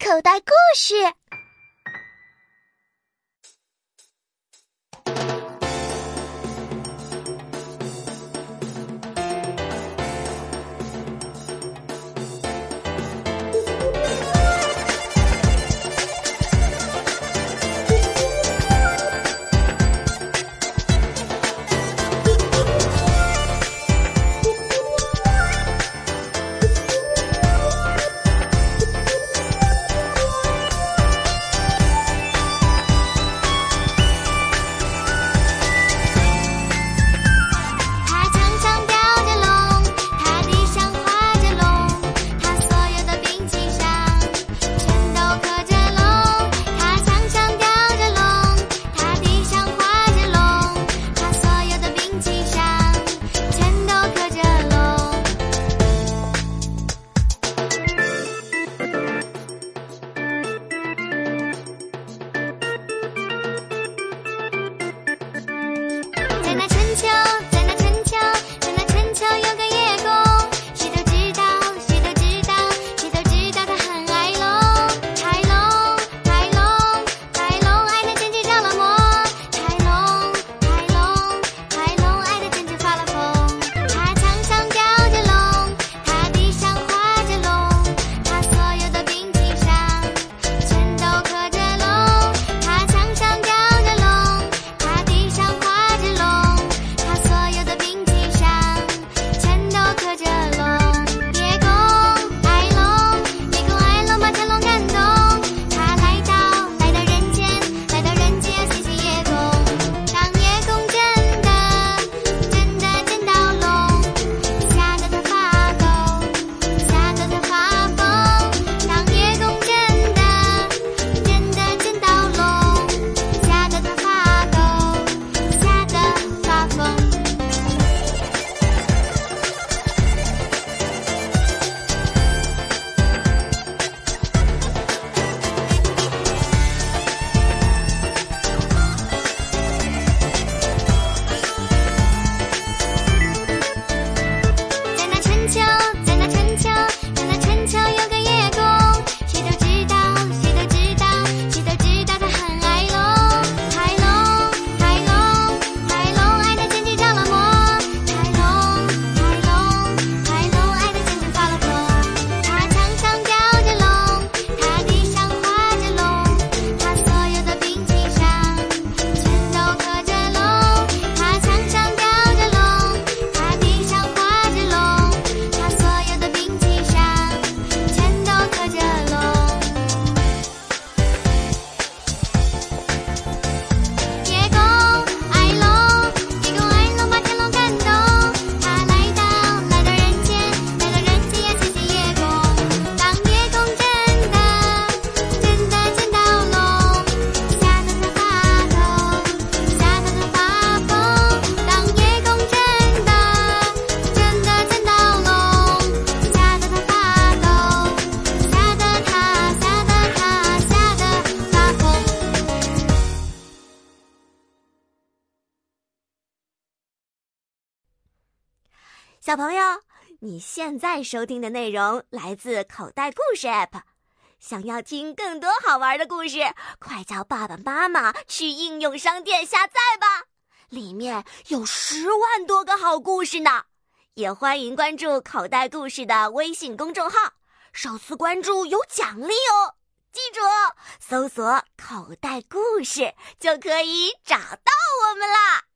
口袋故事。小朋友，你现在收听的内容来自口袋故事 App。 想要听更多好玩的故事，快叫爸爸妈妈去应用商店下载吧，里面有10万多个好故事呢。也欢迎关注口袋故事的微信公众号，首次关注有奖励哦。记住，搜索口袋故事就可以找到我们啦。